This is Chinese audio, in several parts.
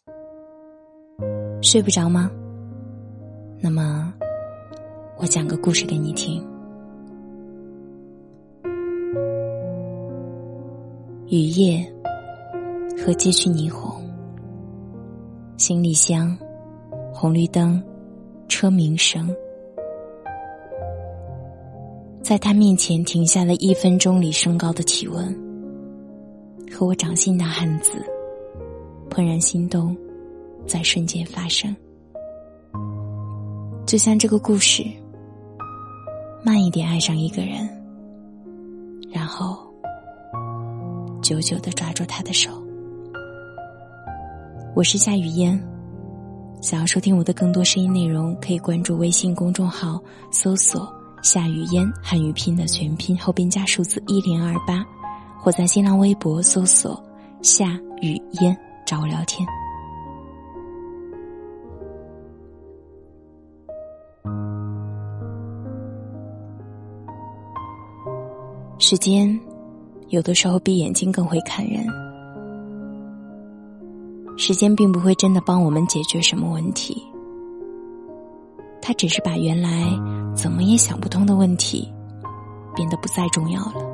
睡不着吗？那么我讲个故事给你听。雨夜和街区霓虹，行李箱，红绿灯，车鸣声，在他面前停下了1分钟里升高的体温，和我掌心的汗渍，怦然心动在瞬间发生。就像这个故事，慢一点爱上一个人，然后久久地抓住他的手。我是夏雨嫣，想要收听我的更多声音内容，可以关注微信公众号，搜索夏雨嫣汉语拼的全拼后边加数字1028，或在新浪微博搜索夏雨嫣找我聊天。时间有的时候比眼睛更会看人，时间并不会真的帮我们解决什么问题，它只是把原来怎么也想不通的问题变得不再重要了。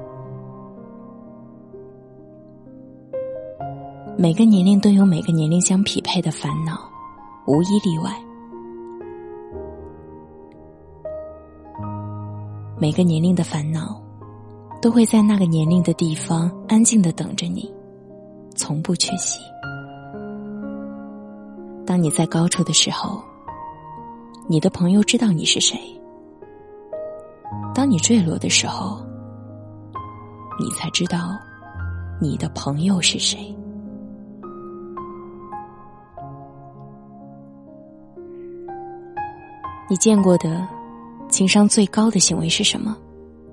每个年龄都有每个年龄相匹配的烦恼，无一例外。每个年龄的烦恼都会在那个年龄的地方安静地等着你，从不缺席。当你在高处的时候，你的朋友知道你是谁；当你坠落的时候，你才知道你的朋友是谁。你见过的情商最高的行为是什么？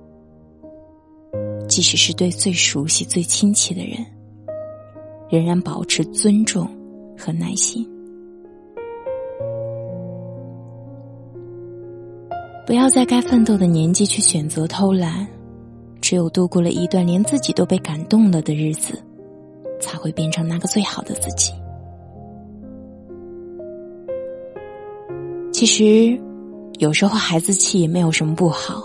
即使是对最熟悉最亲切的人，仍然保持尊重和耐心。不要在该奋斗的年纪去选择偷懒，只有度过了一段连自己都被感动了的日子，才会变成那个最好的自己。其实有时候孩子气也没有什么不好，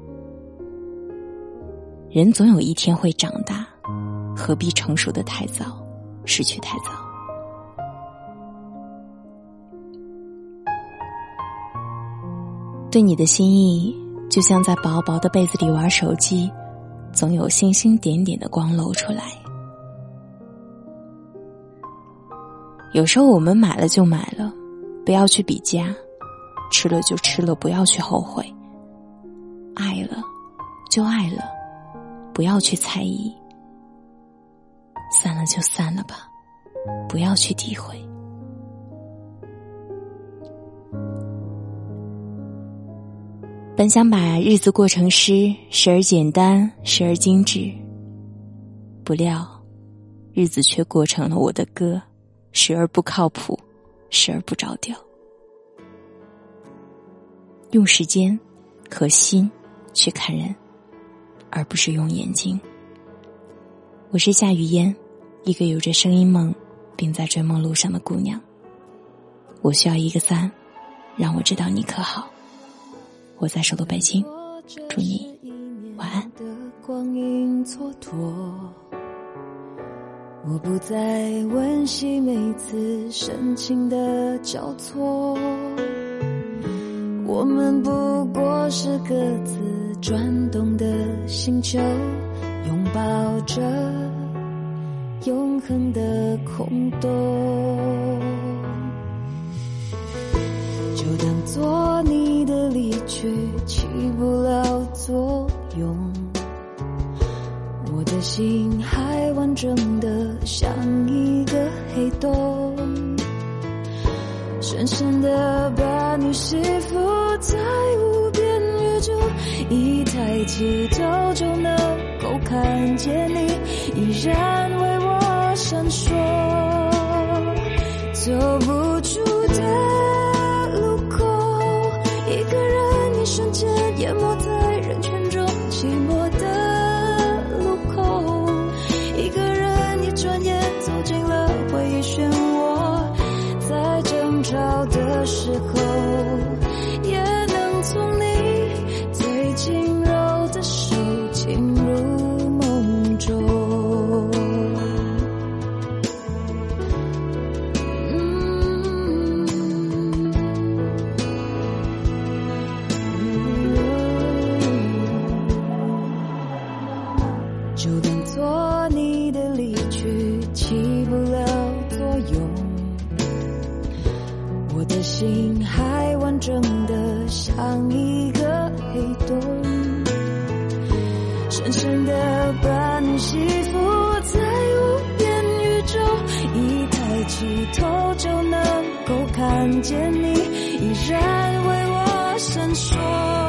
人总有一天会长大，何必成熟的太早，失去太早。对你的心意，就像在薄薄的被子里玩手机，总有星星点点的光露出来。有时候我们买了就买了，不要去比价，吃了就吃了，不要去后悔，爱了就爱了，不要去猜疑，散了就散了吧，不要去诋毁。本想把日子过成诗，时而简单，时而精致，不料日子却过成了我的歌，时而不靠谱，时而不着调。用时间和心去看人，而不是用眼睛。我是夏雨嫣，一个有着声音梦并在追梦路上的姑娘。我需要一个赞，让我知道你可好。我在首都北京，祝你晚安。 光阴蹉跎，我不再温习每次深情的交错，我们不过是各自转动的星球，拥抱着永恒的空洞，就当作你的离去起不了作用，我的心还完整的像一个黑洞，深深的把你吸附在无边宇宙，一抬起头就能够看见你依然为我闪烁，走不出的路口，一个人一瞬间淹没在人群中，寂寞的路口，一个人一转眼走进了回忆漩涡， 浪潮的时候，也能从你最轻柔的手进入梦中。就当作你的离去起不了作用，我的心还完整的像一个黑洞，深深的把你吸附在无边宇宙，一抬起头就能够看见你，依然为我闪烁。